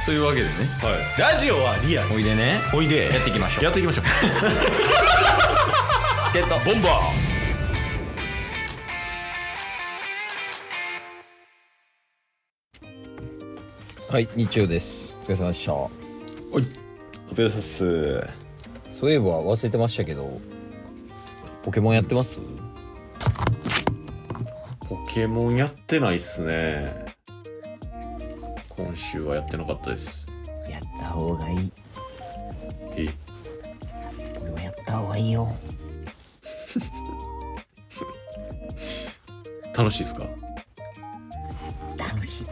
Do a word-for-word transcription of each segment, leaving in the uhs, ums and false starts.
というわけでね、 はい、ラジオはリアル。 おいでね、 おいでやっていきましょう。 やっていきましょうゲットボンバー。はい、日曜です。お疲れ様でした。 ー。おい、お疲れ様です。 そういえば忘れてましたけど、ポケモンやってます？ ポケモンやってないっすね。今週はやってなかったです。 やった方がいい。 え、 俺はやった方がいいよ。 楽しいっすか？ 楽しい。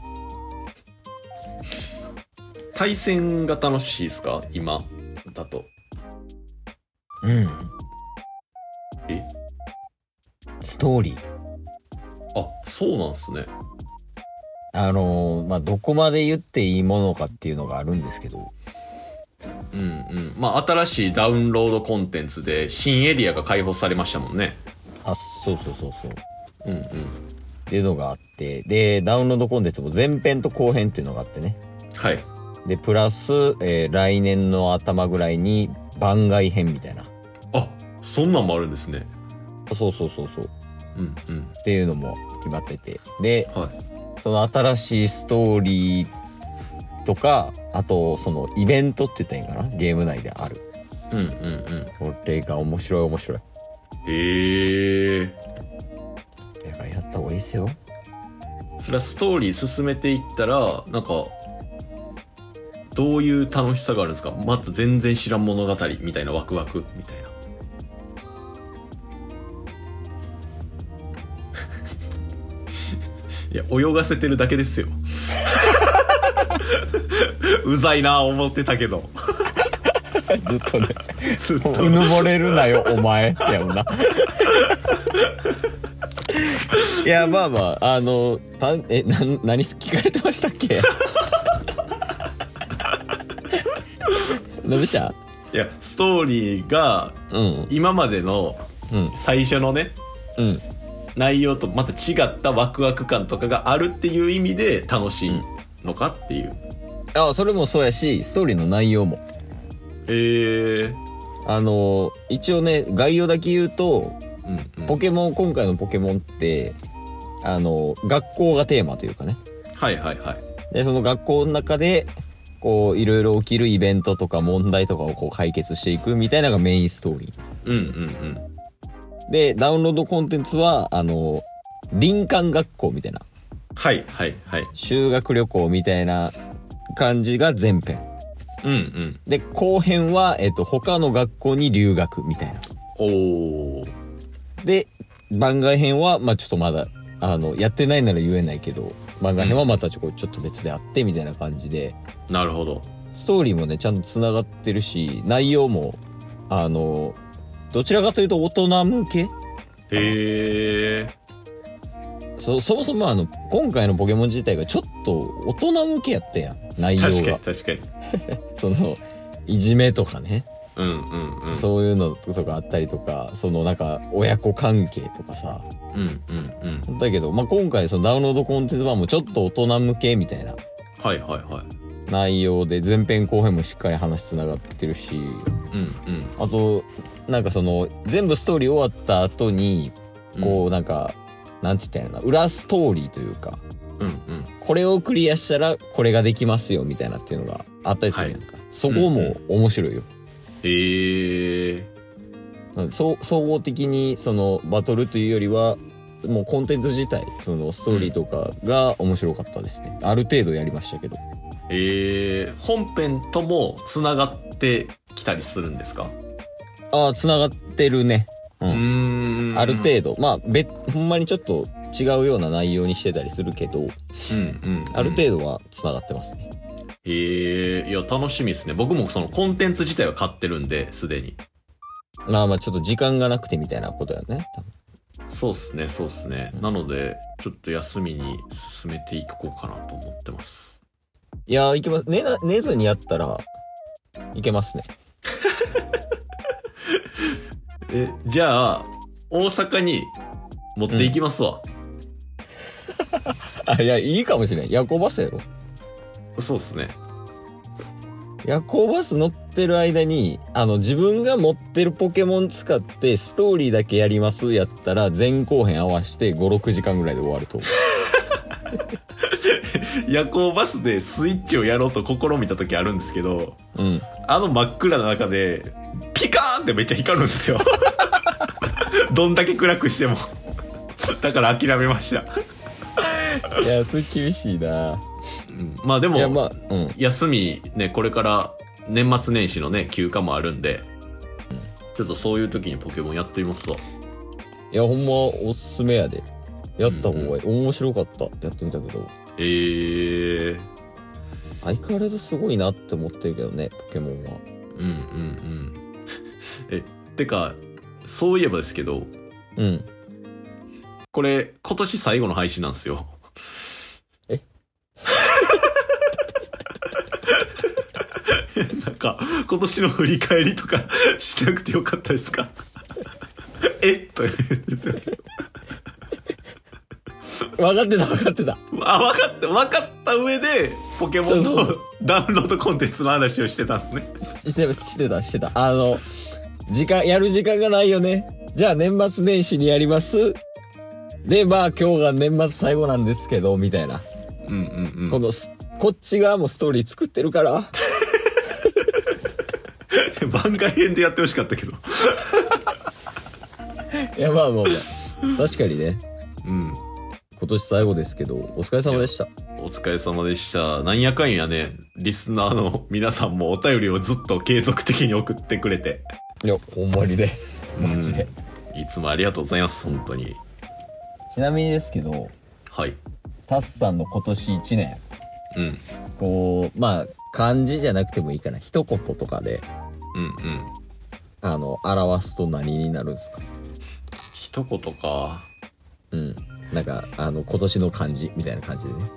対戦が楽しいっすか？今だと。 うん。 え？ ストーリー。 あ、そうなんすね。 あのー、まあ、どこまで言っていいものかっていうのがあるんですけど。 うんうん。まあ、新しいダウンロードコンテンツで新エリアが開放されましたもんね。 あ、そうそうそうそう。 うんうん。 っていうのがあって、で、ダウンロードコンテンツも前編と後編っていうのがあってね。 はい。 で、プラス、えー、来年の頭ぐらいに番外編みたいな。 あ、そんなんもあるんですね。 そうそうそうそう。 うんうん。 っていうのも決まってて。で、 はい。 その新しいストーリーとか、あと、そのイベントって言ったらいいんかな？ゲーム内である。 うんうんうん。 これが面白い面白い。 へえ。 だからやった方がいいっすよ。 それはストーリー進めていったら、なんか、どういう楽しさがあるんですか？また全然知らん物語みたいなワクワクみたいな。いや、泳がせてるだけですよ。うざいなぁ思ってたけど。 ずっとね。 ずっと。 うぬぼれるなよ、お前。やんな。いや、まあまあ、あの、たえ、な、何聞かれてましたっけ？何でした？ いや、ストーリーが、 うん。 今までのうん。 最初のね、 うん。 内容とまた違ったワクワク感とかがあるっていう意味で楽しいのかっていう。 あ、それもそうやし、ストーリーの内容も。 えー。 あの、一応ね、概要だけ言うと、 うんうん、 ポケモン、今回のポケモンって、あの、学校がテーマというかね。 はいはいはい。 で、その学校の中で、こう、いろいろ起きるイベントとか問題とかをこう解決していくみたいなのがメインストーリー。 うんうんうん。 で、ダウンロードコンテンツは、あの、林間学校みたいな。 はいはいはい。 修学旅行みたいな感じが前編。 うんうん。 で、後編は、えっと、他の学校に留学みたいな。 おー。 で、番外編は、まあちょっとまだ、あの、やってないなら言えないけど、番外編はまたちょ、ちょっと別であってみたいな感じで。 なるほど。 ストーリーもね、ちゃんと繋がってるし、内容も、あの、どちらかというと大人向け？ へー。 そ、そもそもあの、今回のポケモン自体がちょっと大人向けやったやん、内容が。 確かに確かに。 その、いじめとかね。 うんうんうん。 そういうのとかあったりとか、そのなんか、親子関係とかさ。 うんうんうん。 だけど、まあ、今回そのダウンロードコンテンツ版もちょっと大人向けみたいなはいはいはい。 内容で、前編後編もしっかり話つながってるし、 うんうん。 あと、なんかその、全部ストーリー終わった後に、こうなんか、うん、なんて言ったらいいのかな、裏ストーリーというか、 うんうん。 これをクリアしたらこれができますよみたいなっていうのがあったりするやんか。はい、そこも面白いよ。 へ、うんうん、えー。 総合的にそのバトルというよりは、もうコンテンツ自体、そのストーリーとかが面白かったですね。ある程度やりましたけど。 えー、本編とも繋がってきたりするんですか？ ああ、繋がってるね。うん。うーん、 ある程度。まあ、べ、ほんまにちょっと違うような内容にしてたりするけど、うんうん、うん。ある程度は繋がってますね。 へえー、いや、楽しみですね。僕もそのコンテンツ自体は買ってるんで、すでに。 まあまあ、ちょっと時間がなくてみたいなことやね。多分そうっすね、そうっすね。うん、なので、ちょっと休みに進めていこうかなと思ってます。 いやー、いけます。寝な、寝ずにやったら、いけますね。 え、じゃあ、大阪に持っていきますわ。 うん、あ、いや、いいかもしれん。夜行バスやろ。 そうっすね。 夜行バス乗ってる間にあの自分が持ってるポケモン使ってストーリーだけやりますやったら前後編合わせてごろくじかんぐらいで終わると思う。 夜行バスでスイッチをやろうと試みた時あるんですけど、 うん、 あの真っ暗な中でピカーンってめっちゃ光るんですよ。どんだけ暗くしても。だから諦めました。 いやそれ厳しいな、 うん、まあでも、 まあうん、 休みね、これから年末年始のね休暇もあるんで、うん、ちょっとそういう時にポケモンやってみますわ。 いやほんまおすすめやで、やった方がいい、うんうん、面白かった、やってみたけど。 えー、 相変わらずすごいなって思ってるけどね、ポケモンは。 うんうんうん。え、てかそういえばですけど、 うん、 これ今年最後の配信なんですよ。 えなんか今年の振り返りとかしなくてよかったですか？えっと分かってた分かってた。 あ、分かった分かった上でポケモンのダウンロードコンテンツの話をしてたんですね。 し, してしてたしてた。あの時間やる時間がないよね。じゃあ年末年始にやります。でまあ今日が年末最後なんですけどみたいな。 うんうんうん。 このこっち側もストーリー作ってるから。 番外編でやってほしかったけど。 いやまあまあまあ確かにね。 うん。 今年最後ですけどお疲れ様でした。 お疲れ様でした。なんやかんやね、リスナーの皆さんもお便りをずっと継続的に送ってくれて。 いやほんまにね、マジで、 うん、いつもありがとうございます、本当に。 ちなみにですけど、 はい、 タスさんの今年いちねん、うん、 こうまあ漢字じゃなくてもいいかな、一言とかでうんうんあの表すと何になるんですか？ 一言か。 うん、なんかあの今年の漢字みたいな感じでね。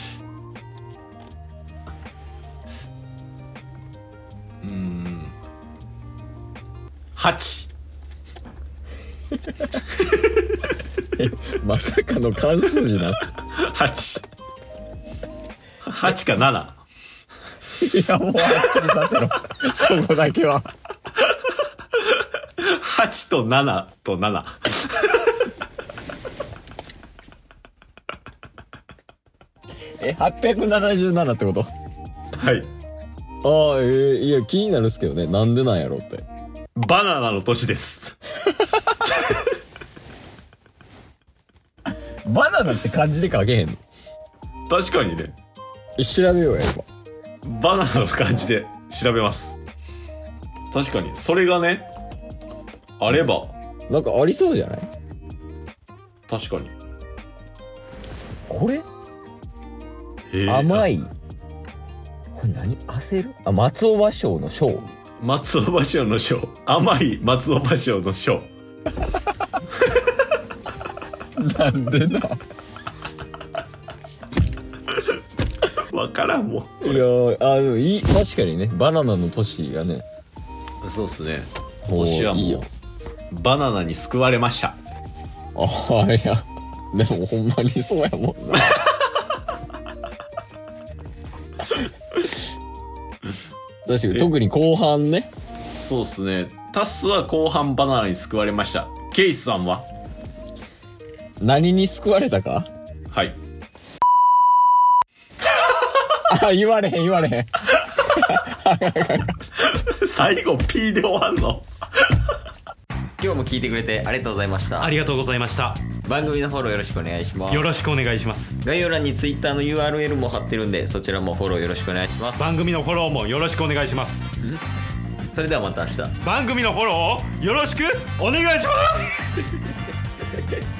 うーん、八。 まさかの漢数字な。 八。八か七。 いやもうはっきりさせろ。そこだけは。 八と七と七。 え、はっぴゃくななじゅうななってこと？ はい。 ああ、えー、いや気になるっすけどね、なんでなんやろうって。 バナナの年です。 バナナって漢字で書けへんの？ 確かにね。 調べようや今。バナナの漢字で調べます。確かにそれがねあればなんかありそうじゃない？ 確かに。 これ甘い。これ何？焦る？あ、松尾芭蕉の蕉。 松尾芭蕉の蕉。甘い松尾芭蕉の蕉。 なんでな。 わからんもん。 いやー、あ、でもいい。確かにね、バナナの年がね。 そうっすね。今年はもういいよ、バナナに救われました。 ああ、いやでもほんまにそうやもんな。確かに特に後半ね。 そうっすね。タスは後半バナナに救われました。ケイスさんは何に救われたか？ はい。 あ、言われへん言われへん。 最後 P で終わんの？ 今日も聞いてくれてありがとうございました。 ありがとうございました。 番組のフォローよろしくお願いします。 よろしくお願いします。 概要欄に Twitter の ユーアールエル も貼ってるんで、そちらもフォローよろしくお願いします。 番組のフォローもよろしくお願いします。 それではまた明日。 番組のフォローをよろしくお願いします。